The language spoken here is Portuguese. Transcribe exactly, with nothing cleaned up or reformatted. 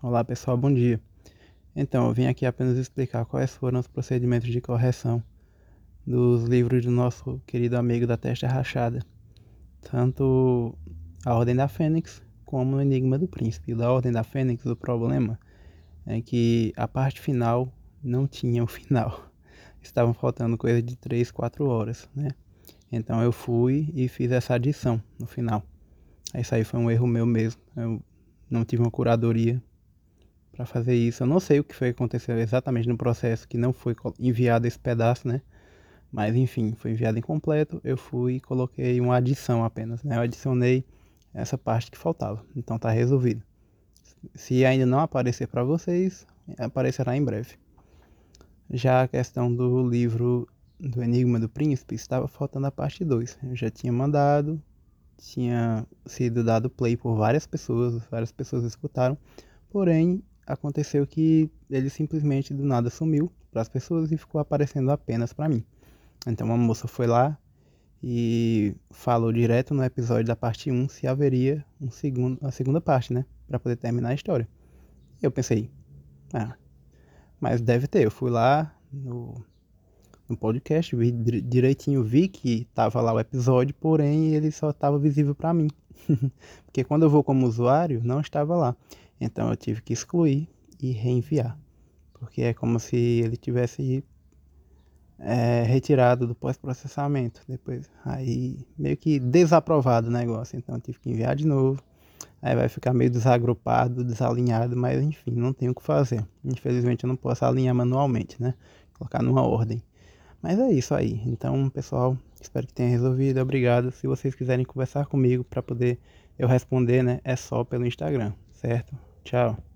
Olá pessoal, bom dia. Então, eu vim aqui apenas explicar quais foram os procedimentos de correção dos livros do nosso querido amigo da Testa Rachada, tanto a Ordem da Fênix como o Enigma do Príncipe. Da Ordem da Fênix, o problema é que a parte final não tinha o final. Estavam faltando coisa de três, quatro horas, né? Então eu fui e fiz essa adição no final. Isso aí foi um erro meu mesmo. Eu não tive uma curadoria para fazer isso. Eu não sei o que foi que aconteceu exatamente no processo que não foi enviado esse pedaço, né? Mas enfim, foi enviado incompleto. Eu fui e coloquei uma adição apenas, né? Eu adicionei essa parte que faltava. Então tá resolvido. Se ainda não aparecer para vocês, aparecerá em breve. Já a questão do livro do Enigma do Príncipe, estava faltando a parte dois. Eu já tinha mandado, tinha sido dado play por várias pessoas, várias pessoas escutaram, porém aconteceu que ele simplesmente do nada sumiu para as pessoas e ficou aparecendo apenas para mim. Então uma moça foi lá e falou direto no episódio da parte um se haveria um segundo, a segunda parte, né, para poder terminar a história. Eu pensei, ah, mas deve ter. Eu fui lá no, no podcast, vi direitinho, vi que tava lá o episódio, porém ele só estava visível para mim. Porque quando eu vou como usuário, não estava lá. Então eu tive que excluir e reenviar. Porque é como se ele tivesse é, retirado do pós-processamento depois. Aí meio que desaprovado o negócio. Então eu tive que enviar de novo. Aí vai ficar meio desagrupado, desalinhado, mas enfim, não tem o que fazer. Infelizmente eu não posso alinhar manualmente, né? Colocar numa ordem. Mas é isso aí. Então, pessoal, espero que tenha resolvido. Obrigado. Se vocês quiserem conversar comigo para poder eu responder, né, é só pelo Instagram, certo? Tchau.